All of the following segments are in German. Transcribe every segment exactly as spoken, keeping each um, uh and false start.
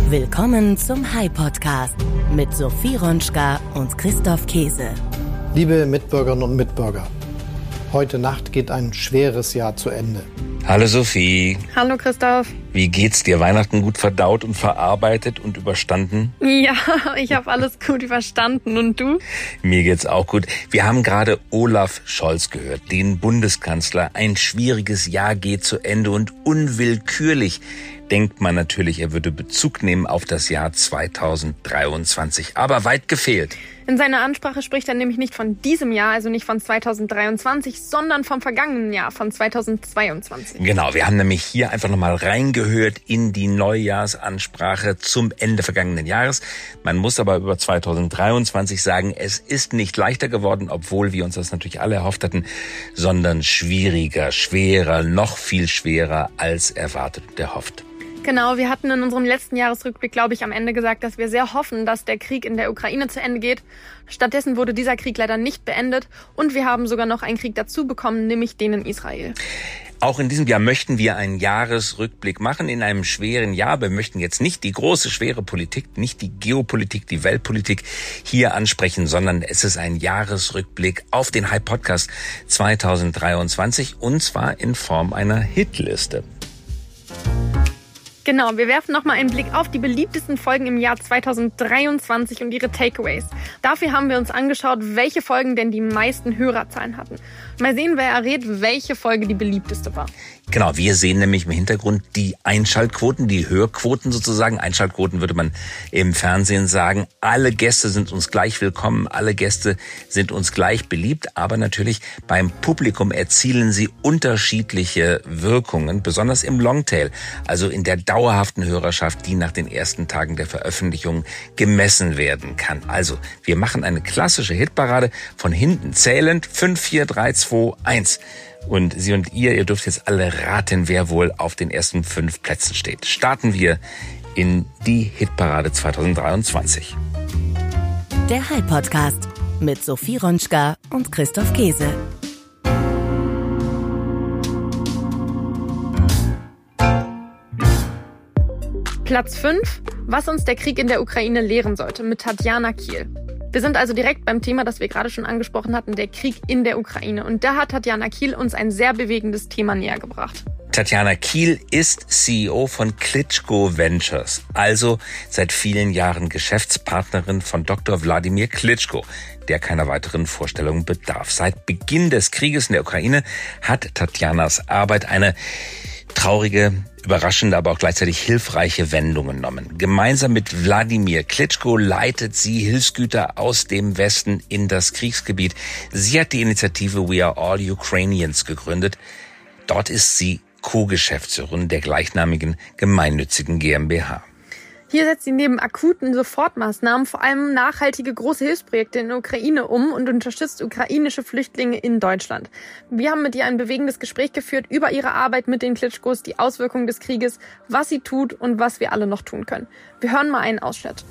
Willkommen zum Hi-Podcast mit Sophie Ronschka und Christoph Käse. Liebe Mitbürgerinnen und Mitbürger, heute Nacht geht ein schweres Jahr zu Ende. Hallo Sophie. Hallo Christoph. Wie geht's dir? Weihnachten gut verdaut und verarbeitet und überstanden? Ja, ich habe alles gut überstanden. Und du? Mir geht's auch gut. Wir haben gerade Olaf Scholz gehört, den Bundeskanzler. Ein schwieriges Jahr geht zu Ende und unwillkürlich denkt man natürlich, er würde Bezug nehmen auf das Jahr zweitausenddreiundzwanzig. Aber weit gefehlt. In seiner Ansprache spricht er nämlich nicht von diesem Jahr, also nicht von zweitausenddreiundzwanzig, sondern vom vergangenen Jahr, von zweitausendzweiundzwanzig. Genau, wir haben nämlich hier einfach nochmal reingehört in die Neujahrsansprache zum Ende vergangenen Jahres. Man muss aber über zweitausenddreiundzwanzig sagen, es ist nicht leichter geworden, obwohl wir uns das natürlich alle erhofft hatten, sondern schwieriger, schwerer, noch viel schwerer als erwartet und erhofft. Genau, wir hatten in unserem letzten Jahresrückblick, glaube ich, am Ende gesagt, dass wir sehr hoffen, dass der Krieg in der Ukraine zu Ende geht. Stattdessen wurde dieser Krieg leider nicht beendet und wir haben sogar noch einen Krieg dazu bekommen, nämlich den in Israel. Auch in diesem Jahr möchten wir einen Jahresrückblick machen in einem schweren Jahr. Wir möchten jetzt nicht die große, schwere Politik, nicht die Geopolitik, die Weltpolitik hier ansprechen, sondern es ist ein Jahresrückblick auf den Hi-Podcast zweitausenddreiundzwanzig und zwar in Form einer Hitliste. Genau, wir werfen nochmal einen Blick auf die beliebtesten Folgen im Jahr zweitausenddreiundzwanzig und ihre Takeaways. Dafür haben wir uns angeschaut, welche Folgen denn die meisten Hörerzahlen hatten. Mal sehen, wer errät, welche Folge die beliebteste war. Genau, wir sehen nämlich im Hintergrund die Einschaltquoten, die Hörquoten sozusagen. Einschaltquoten würde man im Fernsehen sagen. Alle Gäste sind uns gleich willkommen, alle Gäste sind uns gleich beliebt, aber natürlich beim Publikum erzielen sie unterschiedliche Wirkungen, besonders im Longtail, also in der dauerhaften Hörerschaft, die nach den ersten Tagen der Veröffentlichung gemessen werden kann. Also, wir machen eine klassische Hitparade von hinten zählend. fünf, vier, drei, zwei, eins. Und Sie und ihr, ihr dürft jetzt alle raten, wer wohl auf den ersten fünf Plätzen steht. Starten wir in die Hitparade zweitausenddreiundzwanzig. Der Hi-Podcast mit Sophie Ronschka und Christoph Käse. Platz fünf, was uns der Krieg in der Ukraine lehren sollte, mit Tatjana Kiel. Wir sind also direkt beim Thema, das wir gerade schon angesprochen hatten, der Krieg in der Ukraine. Und da hat Tatjana Kiel uns ein sehr bewegendes Thema näher gebracht. Tatjana Kiel ist C E O von Klitschko Ventures, also seit vielen Jahren Geschäftspartnerin von Doktor Wladimir Klitschko, der keiner weiteren Vorstellung bedarf. Seit Beginn des Krieges in der Ukraine hat Tatjanas Arbeit eine traurige, überraschende, aber auch gleichzeitig hilfreiche Wendung genommen. Gemeinsam mit Wladimir Klitschko leitet sie Hilfsgüter aus dem Westen in das Kriegsgebiet. Sie hat die Initiative We Are All Ukrainians gegründet. Dort ist sie Co-Geschäftsführerin der gleichnamigen gemeinnützigen GmbH. Hier setzt sie neben akuten Sofortmaßnahmen vor allem nachhaltige große Hilfsprojekte in der Ukraine um und unterstützt ukrainische Flüchtlinge in Deutschland. Wir haben mit ihr ein bewegendes Gespräch geführt über ihre Arbeit mit den Klitschkos, die Auswirkungen des Krieges, was sie tut und was wir alle noch tun können. Wir hören mal einen Ausschnitt.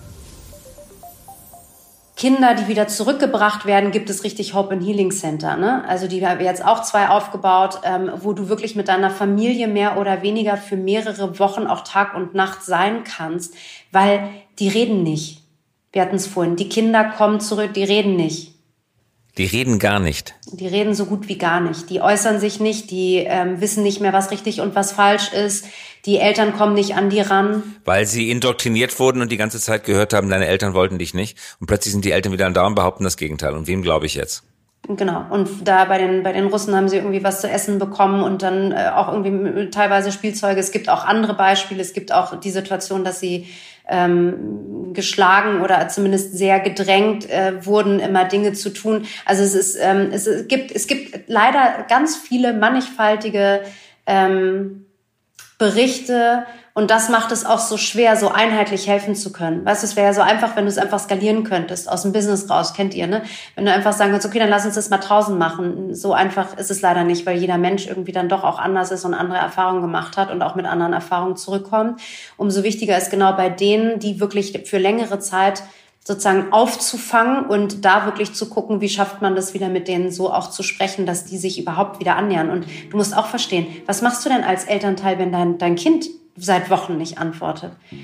Kinder, die wieder zurückgebracht werden, gibt es richtig Hope and Healing Center. Ne? Also die haben wir jetzt auch zwei aufgebaut, ähm, wo du wirklich mit deiner Familie mehr oder weniger für mehrere Wochen auch Tag und Nacht sein kannst, weil die reden nicht. Wir hatten es vorhin, die Kinder kommen zurück, die reden nicht. Die reden gar nicht. Die reden so gut wie gar nicht. Die äußern sich nicht, die ähm, wissen nicht mehr, was richtig und was falsch ist. Die Eltern kommen nicht an die ran. Weil sie indoktriniert wurden und die ganze Zeit gehört haben, deine Eltern wollten dich nicht. Und plötzlich sind die Eltern wieder da und behaupten das Gegenteil. Und wem glaube ich jetzt? Genau. Und da bei den bei den Russen haben sie irgendwie was zu essen bekommen und dann äh, auch irgendwie teilweise Spielzeuge. Es gibt auch andere Beispiele. Es gibt auch die Situation, dass sie ähm, geschlagen oder zumindest sehr gedrängt äh, wurden, immer Dinge zu tun. Also es ist ähm, es gibt es gibt leider ganz viele mannigfaltige ähm, Berichte und das macht es auch so schwer, so einheitlich helfen zu können. Weißt du, es wäre ja so einfach, wenn du es einfach skalieren könntest, aus dem Business raus, kennt ihr, ne? Wenn du einfach sagen kannst, okay, dann lass uns das mal tausend machen. So einfach ist es leider nicht, weil jeder Mensch irgendwie dann doch auch anders ist und andere Erfahrungen gemacht hat und auch mit anderen Erfahrungen zurückkommt. Umso wichtiger ist genau bei denen, die wirklich für längere Zeit sozusagen aufzufangen und da wirklich zu gucken, wie schafft man das wieder mit denen so auch zu sprechen, dass die sich überhaupt wieder annähern. Und du musst auch verstehen, was machst du denn als Elternteil, wenn dein, dein Kind seit Wochen nicht antwortet?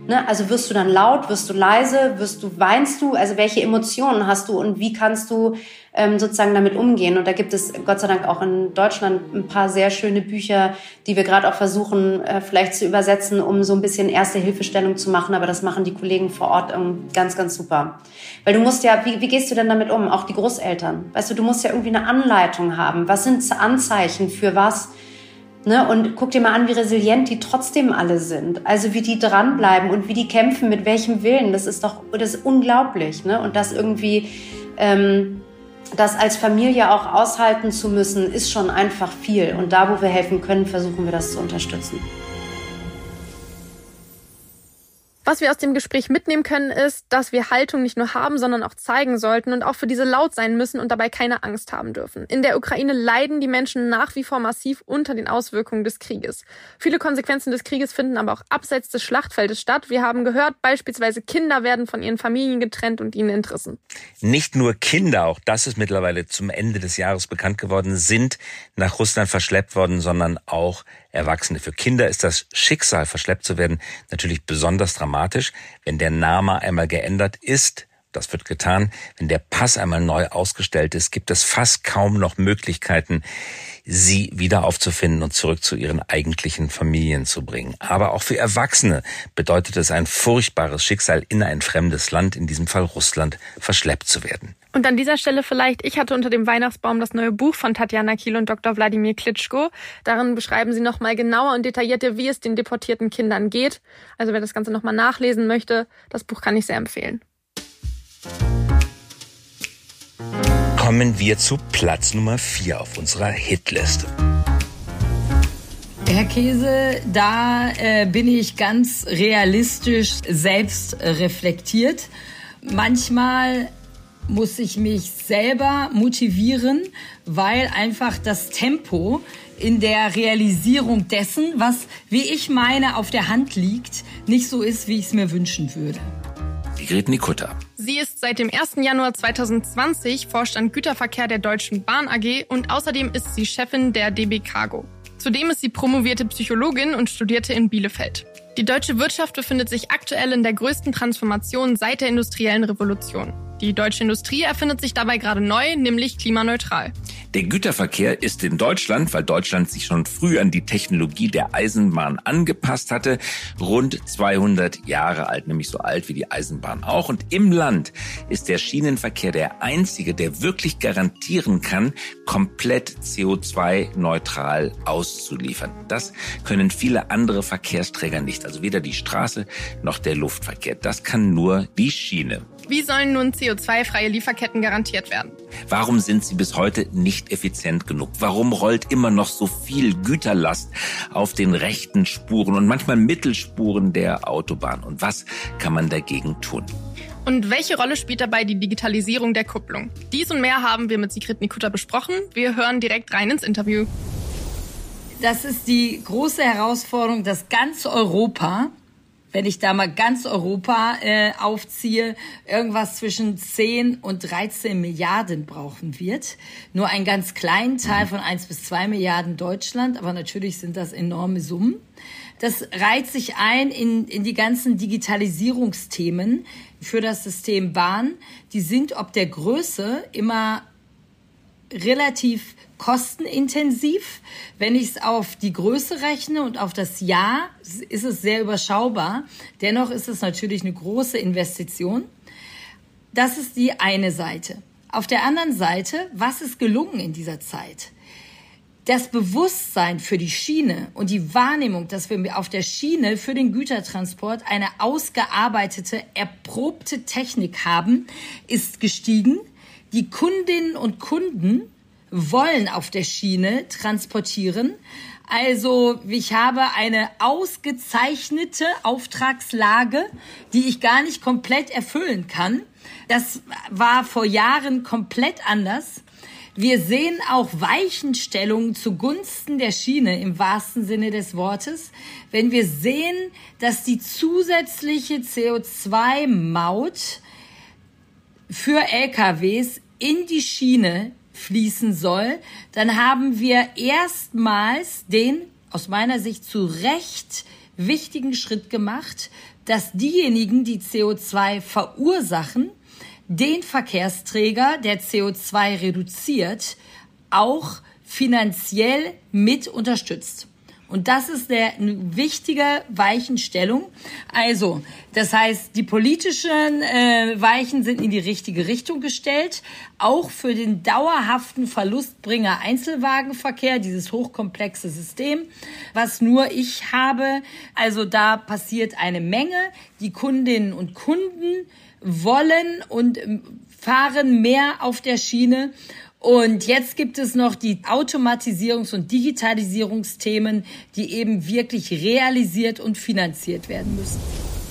Ne? Also wirst du dann laut, wirst du leise, wirst du, weinst du? Also welche Emotionen hast du und wie kannst du ähm, sozusagen damit umgehen? Und da gibt es Gott sei Dank auch in Deutschland ein paar sehr schöne Bücher, die wir gerade auch versuchen äh, vielleicht zu übersetzen, um so ein bisschen erste Hilfestellung zu machen. Aber das machen die Kollegen vor Ort ähm, ganz, ganz super. Weil du musst ja, wie, wie gehst du denn damit um? Auch die Großeltern. Weißt du, du musst ja irgendwie eine Anleitung haben. Was sind Anzeichen für was? Ne? Und guck dir mal an, wie resilient die trotzdem alle sind. Also wie die dranbleiben und wie die kämpfen, mit welchem Willen. Das ist doch, das ist unglaublich. Ne? Und das irgendwie, ähm, das als Familie auch aushalten zu müssen, ist schon einfach viel. Und da, wo wir helfen können, versuchen wir das zu unterstützen. Was wir aus dem Gespräch mitnehmen können, ist, dass wir Haltung nicht nur haben, sondern auch zeigen sollten und auch für diese laut sein müssen und dabei keine Angst haben dürfen. In der Ukraine leiden die Menschen nach wie vor massiv unter den Auswirkungen des Krieges. Viele Konsequenzen des Krieges finden aber auch abseits des Schlachtfeldes statt. Wir haben gehört, beispielsweise Kinder werden von ihren Familien getrennt und ihnen entrissen. Nicht nur Kinder, auch das ist mittlerweile zum Ende des Jahres bekannt geworden, sind nach Russland verschleppt worden, sondern auch Erwachsene. Für Kinder ist das Schicksal, verschleppt zu werden, natürlich besonders dramatisch. Wenn der Name einmal geändert ist, das wird getan, wenn der Pass einmal neu ausgestellt ist, gibt es fast kaum noch Möglichkeiten, sie wieder aufzufinden und zurück zu ihren eigentlichen Familien zu bringen. Aber auch für Erwachsene bedeutet es ein furchtbares Schicksal, in ein fremdes Land, in diesem Fall Russland, verschleppt zu werden. Und an dieser Stelle vielleicht, ich hatte unter dem Weihnachtsbaum das neue Buch von Tatjana Kiel und Doktor Wladimir Klitschko. Darin beschreiben sie nochmal genauer und detaillierter, wie es den deportierten Kindern geht. Also wer das Ganze nochmal nachlesen möchte, das Buch kann ich sehr empfehlen. Kommen wir zu Platz Nummer vier auf unserer Hitliste. Herr Käse, da äh, bin ich ganz realistisch selbst reflektiert. Manchmal muss ich mich selber motivieren, weil einfach das Tempo in der Realisierung dessen, was, wie ich meine, auf der Hand liegt, nicht so ist, wie ich es mir wünschen würde. Sigrid Nikutta. Sie ist seit dem ersten Januar zweitausendzwanzig Vorstand Güterverkehr der Deutschen Bahn A G und außerdem ist sie Chefin der D B Cargo. Zudem ist sie promovierte Psychologin und studierte in Bielefeld. Die deutsche Wirtschaft befindet sich aktuell in der größten Transformation seit der industriellen Revolution. Die deutsche Industrie erfindet sich dabei gerade neu, nämlich klimaneutral. Der Güterverkehr ist in Deutschland, weil Deutschland sich schon früh an die Technologie der Eisenbahn angepasst hatte, rund zweihundert Jahre alt, nämlich so alt wie die Eisenbahn auch. Und im Land ist der Schienenverkehr der einzige, der wirklich garantieren kann, komplett C O zwei neutral auszuliefern. Das können viele andere Verkehrsträger nicht, also weder die Straße noch der Luftverkehr. Das kann nur die Schiene. Wie sollen nun C O zwei freie Lieferketten garantiert werden? Warum sind sie bis heute nicht effizient genug? Warum rollt immer noch so viel Güterlast auf den rechten Spuren und manchmal Mittelspuren der Autobahn? Und was kann man dagegen tun? Und welche Rolle spielt dabei die Digitalisierung der Kupplung? Dies und mehr haben wir mit Sigrid Nikutta besprochen. Wir hören direkt rein ins Interview. Das ist die große Herausforderung, dass ganz Europa, wenn ich da mal ganz Europa äh, aufziehe, irgendwas zwischen zehn und dreizehn Milliarden brauchen wird. Nur einen ganz kleinen Teil von eins bis zwei Milliarden Deutschland, aber natürlich sind das enorme Summen. Das reiht sich ein in, in die ganzen Digitalisierungsthemen für das System Bahn. Die sind ob der Größe immer relativ kostenintensiv. Wenn ich es auf die Größe rechne und auf das Jahr, ist es sehr überschaubar. Dennoch ist es natürlich eine große Investition. Das ist die eine Seite. Auf der anderen Seite, was ist gelungen in dieser Zeit? Das Bewusstsein für die Schiene und die Wahrnehmung, dass wir auf der Schiene für den Gütertransport eine ausgearbeitete, erprobte Technik haben, ist gestiegen. Die Kundinnen und Kunden wollen auf der Schiene transportieren. Also ich habe eine ausgezeichnete Auftragslage, die ich gar nicht komplett erfüllen kann. Das war vor Jahren komplett anders. Wir sehen auch Weichenstellungen zugunsten der Schiene im wahrsten Sinne des Wortes. Wenn wir sehen, dass die zusätzliche C O zwei Maut für L K Ws in die Schiene fließen soll, dann haben wir erstmals den, aus meiner Sicht zu Recht wichtigen Schritt gemacht, dass diejenigen, die C O zwei verursachen, den Verkehrsträger, der C O zwei reduziert, auch finanziell mit unterstützt. Und das ist der, eine wichtige Weichenstellung. Also, das heißt, die politischen äh, Weichen sind in die richtige Richtung gestellt. Auch für den dauerhaften Verlustbringer Einzelwagenverkehr, dieses hochkomplexe System, was nur ich habe. Also da passiert eine Menge. Die Kundinnen und Kunden wollen und fahren mehr auf der Schiene. Und jetzt gibt es noch die Automatisierungs- und Digitalisierungsthemen, die eben wirklich realisiert und finanziert werden müssen.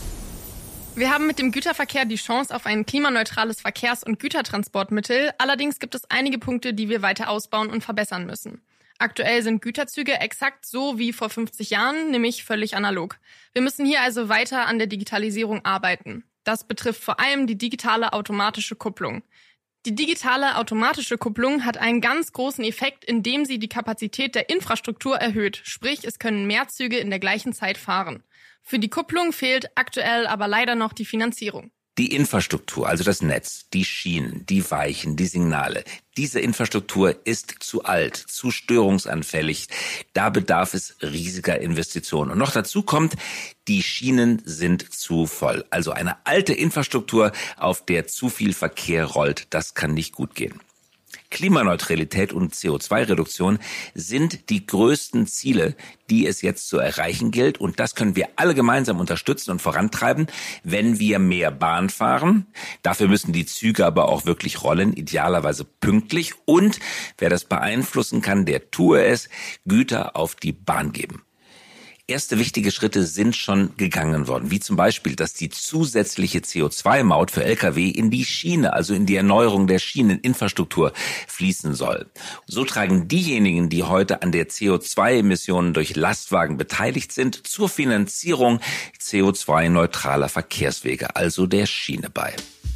Wir haben mit dem Güterverkehr die Chance auf ein klimaneutrales Verkehrs- und Gütertransportmittel. Allerdings gibt es einige Punkte, die wir weiter ausbauen und verbessern müssen. Aktuell sind Güterzüge exakt so wie vor fünfzig Jahren, nämlich völlig analog. Wir müssen hier also weiter an der Digitalisierung arbeiten. Das betrifft vor allem die digitale automatische Kupplung. Die digitale automatische Kupplung hat einen ganz großen Effekt, indem sie die Kapazität der Infrastruktur erhöht. Sprich, es können mehr Züge in der gleichen Zeit fahren. Für die Kupplung fehlt aktuell aber leider noch die Finanzierung. Die Infrastruktur, also das Netz, die Schienen, die Weichen, die Signale, diese Infrastruktur ist zu alt, zu störungsanfällig. Da bedarf es riesiger Investitionen. Und noch dazu kommt, die Schienen sind zu voll. Also eine alte Infrastruktur, auf der zu viel Verkehr rollt, das kann nicht gut gehen. Klimaneutralität und C O zwei Reduktion sind die größten Ziele, die es jetzt zu erreichen gilt. Und das können wir alle gemeinsam unterstützen und vorantreiben, wenn wir mehr Bahn fahren. Dafür müssen die Züge aber auch wirklich rollen, idealerweise pünktlich. Und wer das beeinflussen kann, der tue es, Güter auf die Bahn geben. Erste wichtige Schritte sind schon gegangen worden, wie zum Beispiel, dass die zusätzliche C O zwei Maut für L K W in die Schiene, also in die Erneuerung der Schieneninfrastruktur fließen soll. So tragen diejenigen, die heute an der C O zwei Emissionen durch Lastwagen beteiligt sind, zur Finanzierung C O zwei neutraler Verkehrswege, also der Schiene bei.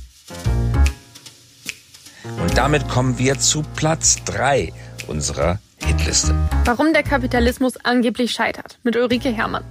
Und damit kommen wir zu Platz drei unserer Hitliste. Warum der Kapitalismus angeblich scheitert, mit Ulrike Herrmann.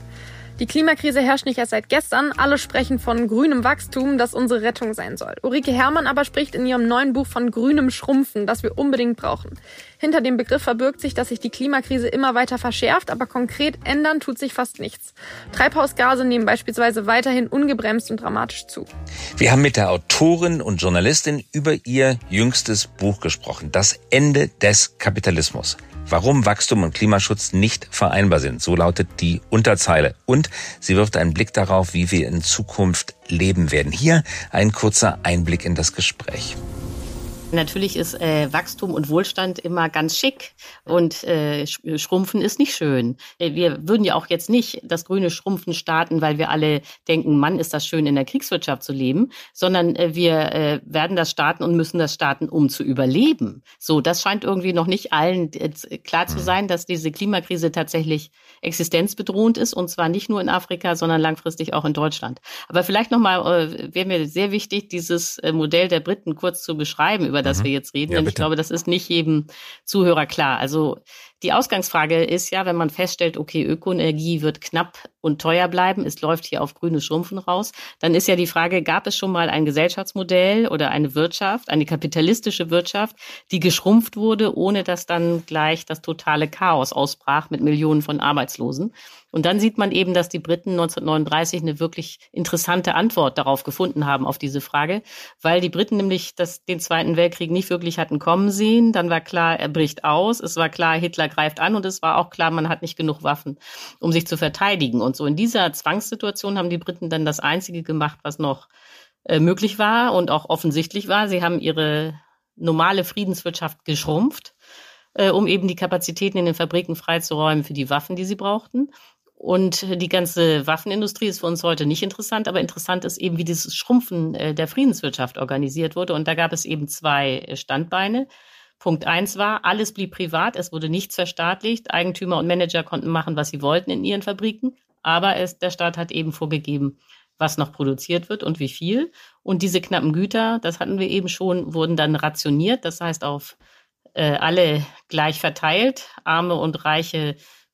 Die Klimakrise herrscht nicht erst seit gestern. Alle sprechen von grünem Wachstum, das unsere Rettung sein soll. Ulrike Herrmann aber spricht in ihrem neuen Buch von grünem Schrumpfen, das wir unbedingt brauchen. Hinter dem Begriff verbirgt sich, dass sich die Klimakrise immer weiter verschärft, aber konkret ändern tut sich fast nichts. Treibhausgase nehmen beispielsweise weiterhin ungebremst und dramatisch zu. Wir haben mit der Autorin und Journalistin über ihr jüngstes Buch gesprochen, Das Ende des Kapitalismus. Warum Wachstum und Klimaschutz nicht vereinbar sind, so lautet die Unterzeile. Und sie wirft einen Blick darauf, wie wir in Zukunft leben werden. Hier ein kurzer Einblick in das Gespräch. Natürlich ist äh, Wachstum und Wohlstand immer ganz schick und äh, Schrumpfen ist nicht schön. Wir würden ja auch jetzt nicht das grüne Schrumpfen starten, weil wir alle denken, Mann, ist das schön, in der Kriegswirtschaft zu leben, sondern äh, wir äh, werden das starten und müssen das starten, um zu überleben. So, das scheint irgendwie noch nicht allen äh, klar zu sein, dass diese Klimakrise tatsächlich existenzbedrohend ist und zwar nicht nur in Afrika, sondern langfristig auch in Deutschland. Aber vielleicht nochmal, äh, wäre mir sehr wichtig, dieses äh, Modell der Briten kurz zu beschreiben, über das mhm. wir jetzt reden. Ja, und ich glaube, das ist nicht jedem Zuhörer klar. Also die Ausgangsfrage ist ja, wenn man feststellt, okay, Ökoenergie wird knapp und teuer bleiben, es läuft hier auf grünes Schrumpfen raus, dann ist ja die Frage, gab es schon mal ein Gesellschaftsmodell oder eine Wirtschaft, eine kapitalistische Wirtschaft, die geschrumpft wurde, ohne dass dann gleich das totale Chaos ausbrach mit Millionen von Arbeitslosen? Und dann sieht man eben, dass die Briten neunzehnhundertneununddreißig eine wirklich interessante Antwort darauf gefunden haben, auf diese Frage, weil die Briten nämlich das, den Zweiten Weltkrieg nicht wirklich hatten kommen sehen. Dann war klar, er bricht aus. Es war klar, Hitler greift an und es war auch klar, man hat nicht genug Waffen, um sich zu verteidigen. Und so in dieser Zwangssituation haben die Briten dann das Einzige gemacht, was noch äh, möglich war und auch offensichtlich war. Sie haben ihre normale Friedenswirtschaft geschrumpft, äh, um eben die Kapazitäten in den Fabriken freizuräumen für die Waffen, die sie brauchten. Und die ganze Waffenindustrie ist für uns heute nicht interessant, aber interessant ist eben, wie dieses Schrumpfen der Friedenswirtschaft organisiert wurde. Und da gab es eben zwei Standbeine. Punkt eins war, alles blieb privat, es wurde nichts verstaatlicht. Eigentümer und Manager konnten machen, was sie wollten in ihren Fabriken. Aber es, der Staat hat eben vorgegeben, was noch produziert wird und wie viel. Und diese knappen Güter, das hatten wir eben schon, wurden dann rationiert. Das heißt, auf äh, alle gleich verteilt. Arme und Reiche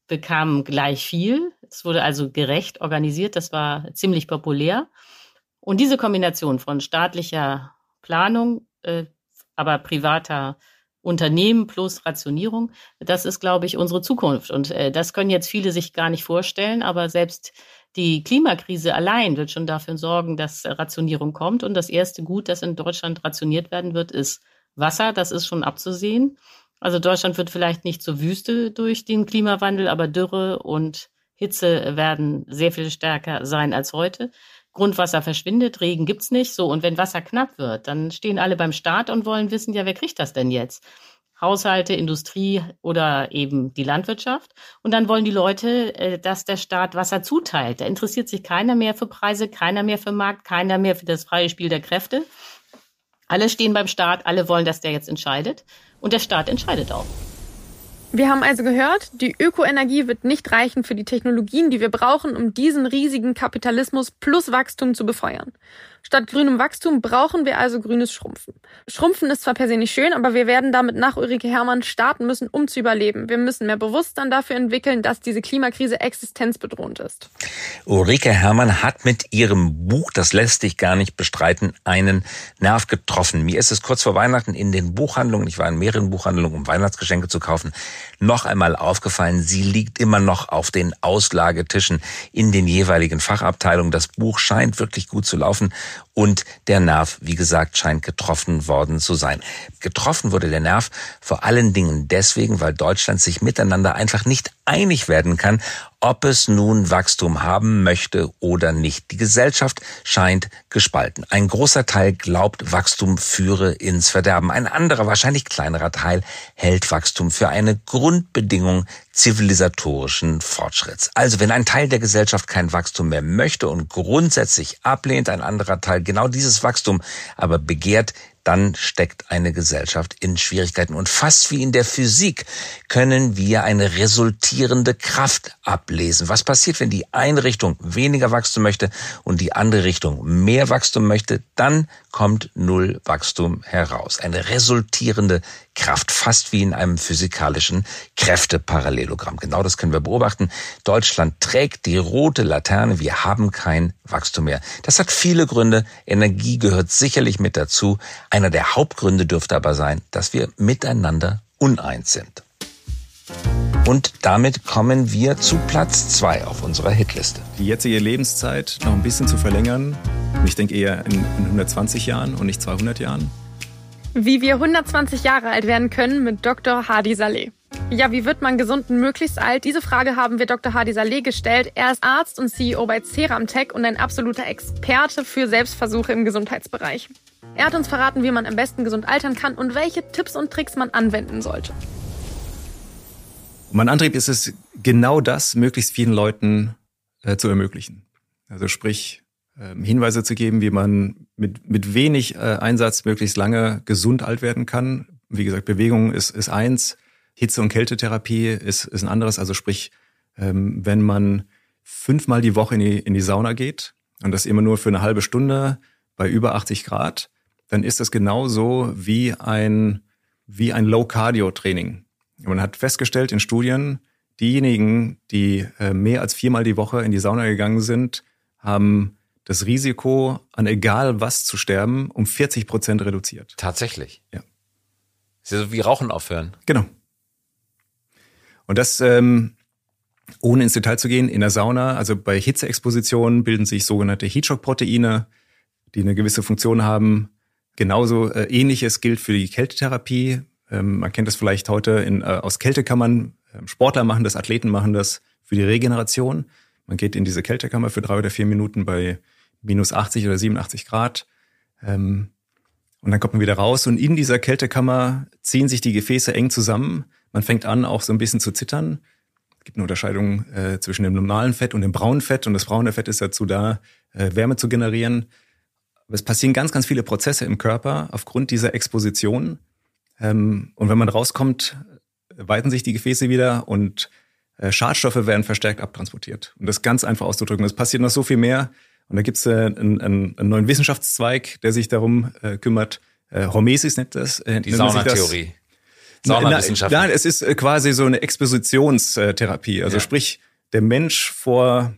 bekamen gleich viel. Es wurde also gerecht organisiert. Das war ziemlich populär. Und diese Kombination von staatlicher Planung, äh, aber privater Unternehmen plus Rationierung, das ist, glaube ich, unsere Zukunft. Und äh, das können jetzt viele sich gar nicht vorstellen. Aber selbst die Klimakrise allein wird schon dafür sorgen, dass Rationierung kommt. Und das erste Gut, das in Deutschland rationiert werden wird, ist Wasser. Das ist schon abzusehen. Also Deutschland wird vielleicht nicht zur Wüste durch den Klimawandel, aber Dürre und Hitze werden sehr viel stärker sein als heute. Grundwasser verschwindet, Regen gibt's nicht. So, und wenn Wasser knapp wird, dann stehen alle beim Staat und wollen wissen, ja, wer kriegt das denn jetzt? Haushalte, Industrie oder eben die Landwirtschaft. Und dann wollen die Leute, dass der Staat Wasser zuteilt. Da interessiert sich keiner mehr für Preise, keiner mehr für Markt, keiner mehr für das freie Spiel der Kräfte. Alle stehen beim Staat, alle wollen, dass der jetzt entscheidet. Und der Staat entscheidet auch. Wir haben also gehört, die Ökoenergie wird nicht reichen für die Technologien, die wir brauchen, um diesen riesigen Kapitalismus plus Wachstum zu befeuern. Statt grünem Wachstum brauchen wir also grünes Schrumpfen. Schrumpfen ist zwar per se nicht schön, aber wir werden damit nach Ulrike Herrmann starten müssen, um zu überleben. Wir müssen mehr Bewusstsein dafür entwickeln, dass diese Klimakrise existenzbedrohend ist. Ulrike Herrmann hat mit ihrem Buch, das lässt sich gar nicht bestreiten, einen Nerv getroffen. Mir ist es kurz vor Weihnachten in den Buchhandlungen, ich war in mehreren Buchhandlungen, um Weihnachtsgeschenke zu kaufen, noch einmal aufgefallen, sie liegt immer noch auf den Auslagetischen in den jeweiligen Fachabteilungen. Das Buch scheint wirklich gut zu laufen. Und der Nerv, wie gesagt, scheint getroffen worden zu sein. Getroffen wurde der Nerv vor allen Dingen deswegen, weil Deutschland sich miteinander einfach nicht einig werden kann, ob es nun Wachstum haben möchte oder nicht. Die Gesellschaft scheint gespalten. Ein großer Teil glaubt, Wachstum führe ins Verderben. Ein anderer, wahrscheinlich kleinerer Teil hält Wachstum für eine Grundbedingung zivilisatorischen Fortschritts. Also wenn ein Teil der Gesellschaft kein Wachstum mehr möchte und grundsätzlich ablehnt, ein anderer Teil genau dieses Wachstum aber begehrt, dann steckt eine Gesellschaft in Schwierigkeiten. Und fast wie in der Physik können wir eine resultierende Kraft ablesen. Was passiert, wenn die eine Richtung weniger Wachstum möchte und die andere Richtung mehr Wachstum möchte? Dann kommt null Wachstum heraus. Eine resultierende Kraft, fast wie in einem physikalischen Kräfteparallelogramm. Genau das können wir beobachten. Deutschland trägt die rote Laterne. Wir haben kein Wachstum mehr. Das hat viele Gründe. Energie gehört sicherlich mit dazu. Einer der Hauptgründe dürfte aber sein, dass wir miteinander uneins sind. Und damit kommen wir zu Platz zwei auf unserer Hitliste. Die jetzige Lebenszeit noch ein bisschen zu verlängern. Ich denke eher in, in hundertzwanzig Jahren und nicht zweihundert Jahren. Wie wir hundertzwanzig Jahre alt werden können mit Doktor Hadi Saleh. Ja, wie wird man gesund und möglichst alt? Diese Frage haben wir Doktor Hadi Saleh gestellt. Er ist Arzt und C E O bei Ceramtech und ein absoluter Experte für Selbstversuche im Gesundheitsbereich. Er hat uns verraten, wie man am besten gesund altern kann und welche Tipps und Tricks man anwenden sollte. Mein Antrieb ist es, genau das möglichst vielen Leuten äh, zu ermöglichen. Also sprich, äh, Hinweise zu geben, wie man mit mit wenig äh, Einsatz möglichst lange gesund alt werden kann. Wie gesagt, Bewegung ist ist eins, Hitze- und Kältetherapie ist ist ein anderes. Also sprich, ähm, wenn man fünfmal die Woche in die in die Sauna geht und das immer nur für eine halbe Stunde bei über achtzig Grad, dann ist das genauso wie ein wie ein Low-Cardio-Training. Man hat festgestellt in Studien, diejenigen, die äh, mehr als viermal die Woche in die Sauna gegangen sind, haben das Risiko, an egal was zu sterben, um vierzig Prozent reduziert. Tatsächlich? Ja. Ist ja so wie Rauchen aufhören. Genau. Und das, ähm, ohne ins Detail zu gehen, in der Sauna, also bei Hitzeexpositionen bilden sich sogenannte Heatshock-Proteine, die eine gewisse Funktion haben. Genauso äh, Ähnliches gilt für die Kältetherapie. Ähm, man kennt das vielleicht heute in, äh, aus Kältekammern. Ähm, Sportler machen das, Athleten machen das für die Regeneration. Man geht in diese Kältekammer für drei oder vier Minuten bei minus achtzig oder siebenundachtzig Grad. Ähm, und dann kommt man wieder raus. Und in dieser Kältekammer ziehen sich die Gefäße eng zusammen. Man fängt an, auch so ein bisschen zu zittern. Es gibt eine Unterscheidung äh, zwischen dem normalen Fett und dem braunen Fett. Und das braune Fett ist dazu da, äh, Wärme zu generieren. Aber es passieren ganz, ganz viele Prozesse im Körper aufgrund dieser Exposition. Und wenn man rauskommt, weiten sich die Gefäße wieder und Schadstoffe werden verstärkt abtransportiert. Um das ganz einfach auszudrücken. Es passiert noch so viel mehr. Und da gibt es einen, einen, einen neuen Wissenschaftszweig, der sich darum kümmert. Hormesis nennt das. Die Saunatheorie. Saunawissenschaft. Nein, es ist quasi so eine Expositionstherapie. Also ja. sprich, der Mensch vor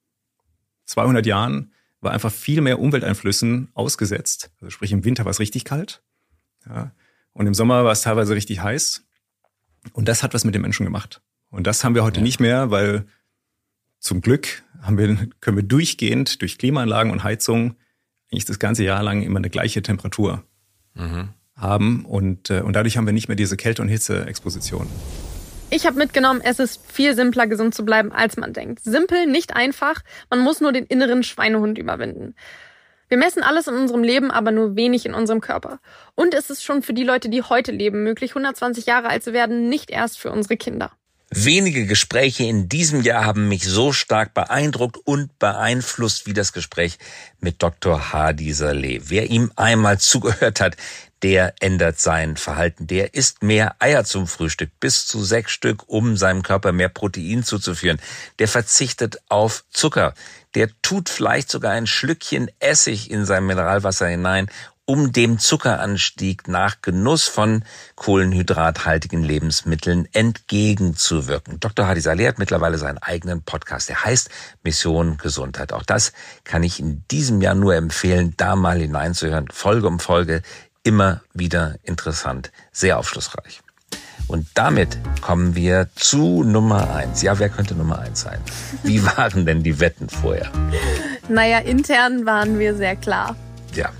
zweihundert Jahren war einfach viel mehr Umwelteinflüssen ausgesetzt. Also sprich, im Winter war es richtig kalt. Ja, und im Sommer war es teilweise richtig heiß. Und das hat was mit den Menschen gemacht. Und das haben wir heute ja. nicht mehr, weil zum Glück haben wir, können wir durchgehend durch Klimaanlagen und Heizung eigentlich das ganze Jahr lang immer eine gleiche Temperatur mhm. haben. Und, und dadurch haben wir nicht mehr diese Kälte- und Hitze-Exposition. Ich habe mitgenommen, es ist viel simpler, gesund zu bleiben, als man denkt. Simpel, nicht einfach. Man muss nur den inneren Schweinehund überwinden. Wir messen alles in unserem Leben, aber nur wenig in unserem Körper. Und es ist schon für die Leute, die heute leben, möglich, hundertzwanzig Jahre alt zu werden, nicht erst für unsere Kinder. Wenige Gespräche in diesem Jahr haben mich so stark beeindruckt und beeinflusst wie das Gespräch mit Doktor Hadi Saleh. Wer ihm einmal zugehört hat, der ändert sein Verhalten. Der isst mehr Eier zum Frühstück, bis zu sechs Stück, um seinem Körper mehr Protein zuzuführen. Der verzichtet auf Zucker. Der tut vielleicht sogar ein Schlückchen Essig in sein Mineralwasser hinein, um dem Zuckeranstieg nach Genuss von kohlenhydrathaltigen Lebensmitteln entgegenzuwirken. Doktor Hadi Saleh hat mittlerweile seinen eigenen Podcast. Der heißt Mission Gesundheit. Auch das kann ich in diesem Jahr nur empfehlen, da mal hineinzuhören. Folge um Folge, immer wieder interessant, sehr aufschlussreich. Und damit kommen wir zu Nummer eins. Ja, wer könnte Nummer eins sein? Wie waren denn die Wetten vorher? Naja, intern waren wir sehr klar. Ja.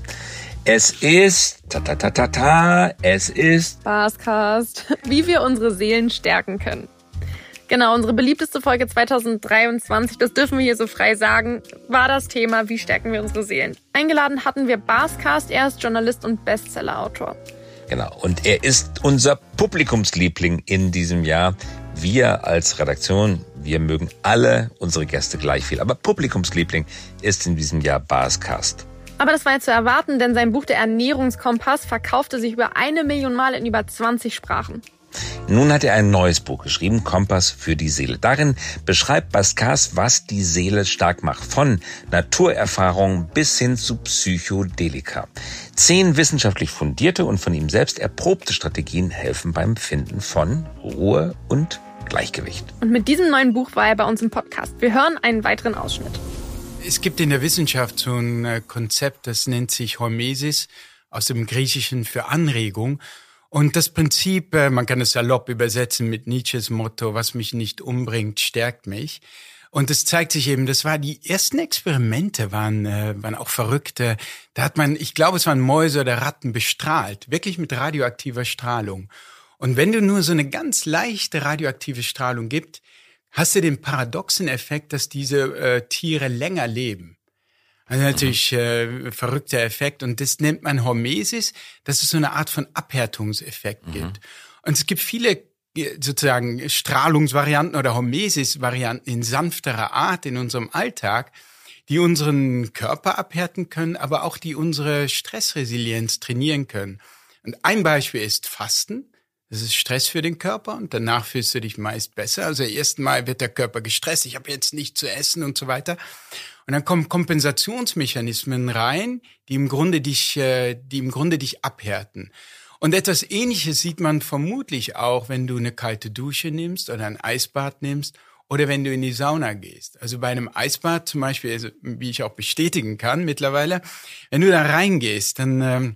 Es ist, ta ta ta ta ta, es ist Barscast, wie wir unsere Seelen stärken können. Genau, unsere beliebteste Folge zwanzig dreiundzwanzig, das dürfen wir hier so frei sagen, war das Thema, wie stärken wir unsere Seelen. Eingeladen hatten wir Barscast, er ist Journalist und Bestsellerautor. Genau, und er ist unser Publikumsliebling in diesem Jahr. Wir als Redaktion, wir mögen alle unsere Gäste gleich viel, aber Publikumsliebling ist in diesem Jahr Barscast. Aber das war ja zu erwarten, denn sein Buch Der Ernährungskompass verkaufte sich über eine Million Mal in über zwanzig Sprachen. Nun hat er ein neues Buch geschrieben, Kompass für die Seele. Darin beschreibt Barscast, was die Seele stark macht. Von Naturerfahrung bis hin zu Psychedelika. Zehn wissenschaftlich fundierte und von ihm selbst erprobte Strategien helfen beim Finden von Ruhe und Gleichgewicht. Und mit diesem neuen Buch war er bei uns im Podcast. Wir hören einen weiteren Ausschnitt. Es gibt in der Wissenschaft so ein Konzept, das nennt sich Hormesis, aus dem Griechischen für Anregung. Und das Prinzip, man kann es salopp übersetzen mit Nietzsches Motto, was mich nicht umbringt, stärkt mich. Und es zeigt sich eben, das war die ersten Experimente, waren, waren auch verrückte. Da hat man, ich glaube, es waren Mäuse oder Ratten bestrahlt, wirklich mit radioaktiver Strahlung. Und wenn du nur so eine ganz leichte radioaktive Strahlung gibst, hast du den paradoxen Effekt, dass diese äh, Tiere länger leben. Also natürlich äh, verrückter Effekt und das nennt man Hormesis, dass es so eine Art von Abhärtungseffekt mhm. gibt. Und es gibt viele sozusagen Strahlungsvarianten oder Hormesis-Varianten in sanfterer Art in unserem Alltag, die unseren Körper abhärten können, aber auch die unsere Stressresilienz trainieren können. Und ein Beispiel ist Fasten. Das ist Stress für den Körper und danach fühlst du dich meist besser. Also erstmal wird der Körper gestresst, ich habe jetzt nichts zu essen und so weiter. Und dann kommen Kompensationsmechanismen rein, die im Grunde dich, die im Grunde dich abhärten. Und etwas Ähnliches sieht man vermutlich auch, wenn du eine kalte Dusche nimmst oder ein Eisbad nimmst oder wenn du in die Sauna gehst. Also bei einem Eisbad zum Beispiel, also wie ich auch bestätigen kann mittlerweile, wenn du da reingehst, dann ähm,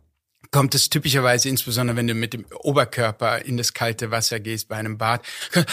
kommt es typischerweise, insbesondere wenn du mit dem Oberkörper in das kalte Wasser gehst bei einem Bad,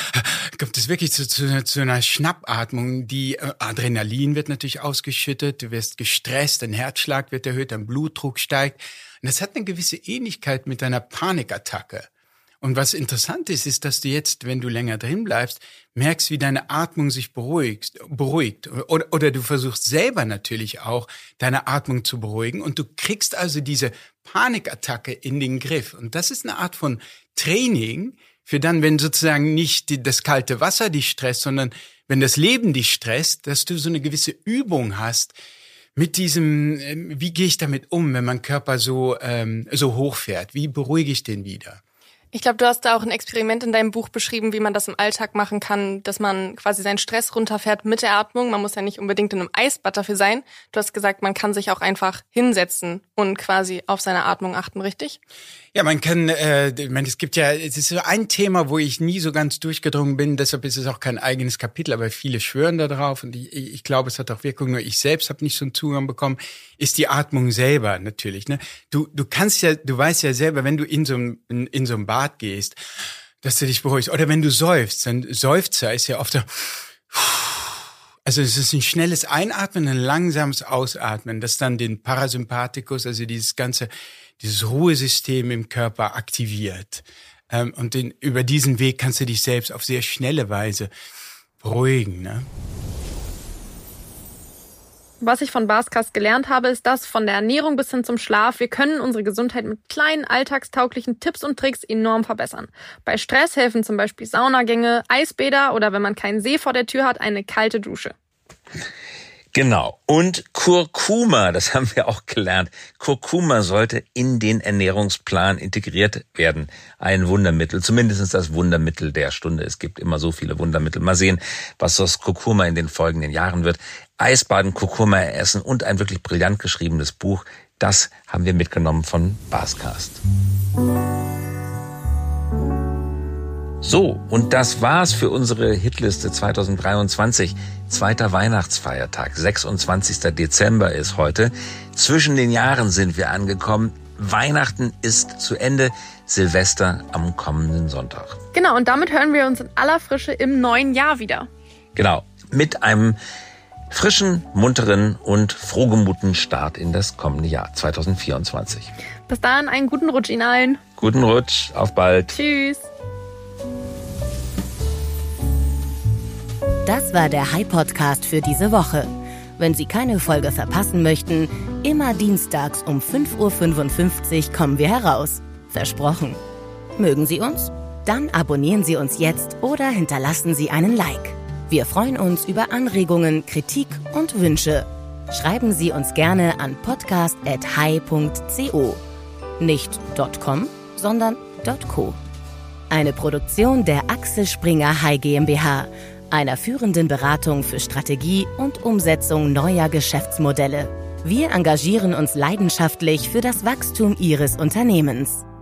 kommt es wirklich zu, zu, zu einer Schnappatmung. Die äh, Adrenalin wird natürlich ausgeschüttet, du wirst gestresst, dein Herzschlag wird erhöht, dein Blutdruck steigt. Und das hat eine gewisse Ähnlichkeit mit einer Panikattacke. Und was interessant ist, ist, dass du jetzt, wenn du länger drin bleibst, merkst, wie deine Atmung sich beruhigt, beruhigt. Oder, oder du versuchst selber natürlich auch, deine Atmung zu beruhigen. Und du kriegst also diese Panikattacke in den Griff. Und das ist eine Art von Training für dann, wenn sozusagen nicht die, das kalte Wasser dich stresst, sondern wenn das Leben dich stresst, dass du so eine gewisse Übung hast, mit diesem, wie gehe ich damit um, wenn mein Körper so, ähm, so hochfährt? Wie beruhige ich den wieder? Ich glaube, du hast da auch ein Experiment in deinem Buch beschrieben, wie man das im Alltag machen kann, dass man quasi seinen Stress runterfährt mit der Atmung. Man muss ja nicht unbedingt in einem Eisbad dafür sein. Du hast gesagt, man kann sich auch einfach hinsetzen und quasi auf seine Atmung achten, richtig? Ja, man kann, äh, ich meine, es gibt ja, es ist so ein Thema, wo ich nie so ganz durchgedrungen bin, deshalb ist es auch kein eigenes Kapitel, aber viele schwören da drauf und ich, ich glaube, es hat auch Wirkung, nur ich selbst habe nicht so einen Zugang bekommen, ist die Atmung selber natürlich. Ne? Du, du kannst ja, du weißt ja selber, wenn du in so einem, in, in so einem Bad gehst, dass du dich beruhigst. Oder wenn du seufzt, dann Seufzer ist ja oft der, also es ist ein schnelles Einatmen, ein langsames Ausatmen, das dann den Parasympathikus, also dieses ganze, dieses Ruhesystem im Körper aktiviert. Ähm, und den, über diesen Weg kannst du dich selbst auf sehr schnelle Weise beruhigen. Ne? Was ich von Baskast gelernt habe, ist, dass von der Ernährung bis hin zum Schlaf, wir können unsere Gesundheit mit kleinen, alltagstauglichen Tipps und Tricks enorm verbessern. Bei Stress helfen zum Beispiel Saunagänge, Eisbäder oder wenn man keinen See vor der Tür hat, eine kalte Dusche. Genau. Und Kurkuma, das haben wir auch gelernt. Kurkuma sollte in den Ernährungsplan integriert werden. Ein Wundermittel, zumindest das Wundermittel der Stunde. Es gibt immer so viele Wundermittel. Mal sehen, was das Kurkuma in den folgenden Jahren wird. Eisbaden, Kurkuma essen und ein wirklich brillant geschriebenes Buch. Das haben wir mitgenommen von Baskast. So, und das war's für unsere Hitliste zwanzig dreiundzwanzig. Zweiter Weihnachtsfeiertag, sechsundzwanzigster Dezember ist heute. Zwischen den Jahren sind wir angekommen. Weihnachten ist zu Ende, Silvester am kommenden Sonntag. Genau, und damit hören wir uns in aller Frische im neuen Jahr wieder. Genau, mit einem frischen, munteren und frohgemuten Start in das kommende Jahr zwanzig vierundzwanzig. Bis dahin einen guten Rutsch Ihnen allen. Guten Rutsch, auf bald. Tschüss. Das war der Hi-Podcast für diese Woche. Wenn Sie keine Folge verpassen möchten, immer dienstags um fünf Uhr fünfundfünfzig kommen wir heraus. Versprochen. Mögen Sie uns? Dann abonnieren Sie uns jetzt oder hinterlassen Sie einen Like. Wir freuen uns über Anregungen, Kritik und Wünsche. Schreiben Sie uns gerne an podcast at hi punkt co. Nicht .com, sondern .co. Eine Produktion der Axel Springer Hi GmbH, einer führenden Beratung für Strategie und Umsetzung neuer Geschäftsmodelle. Wir engagieren uns leidenschaftlich für das Wachstum Ihres Unternehmens.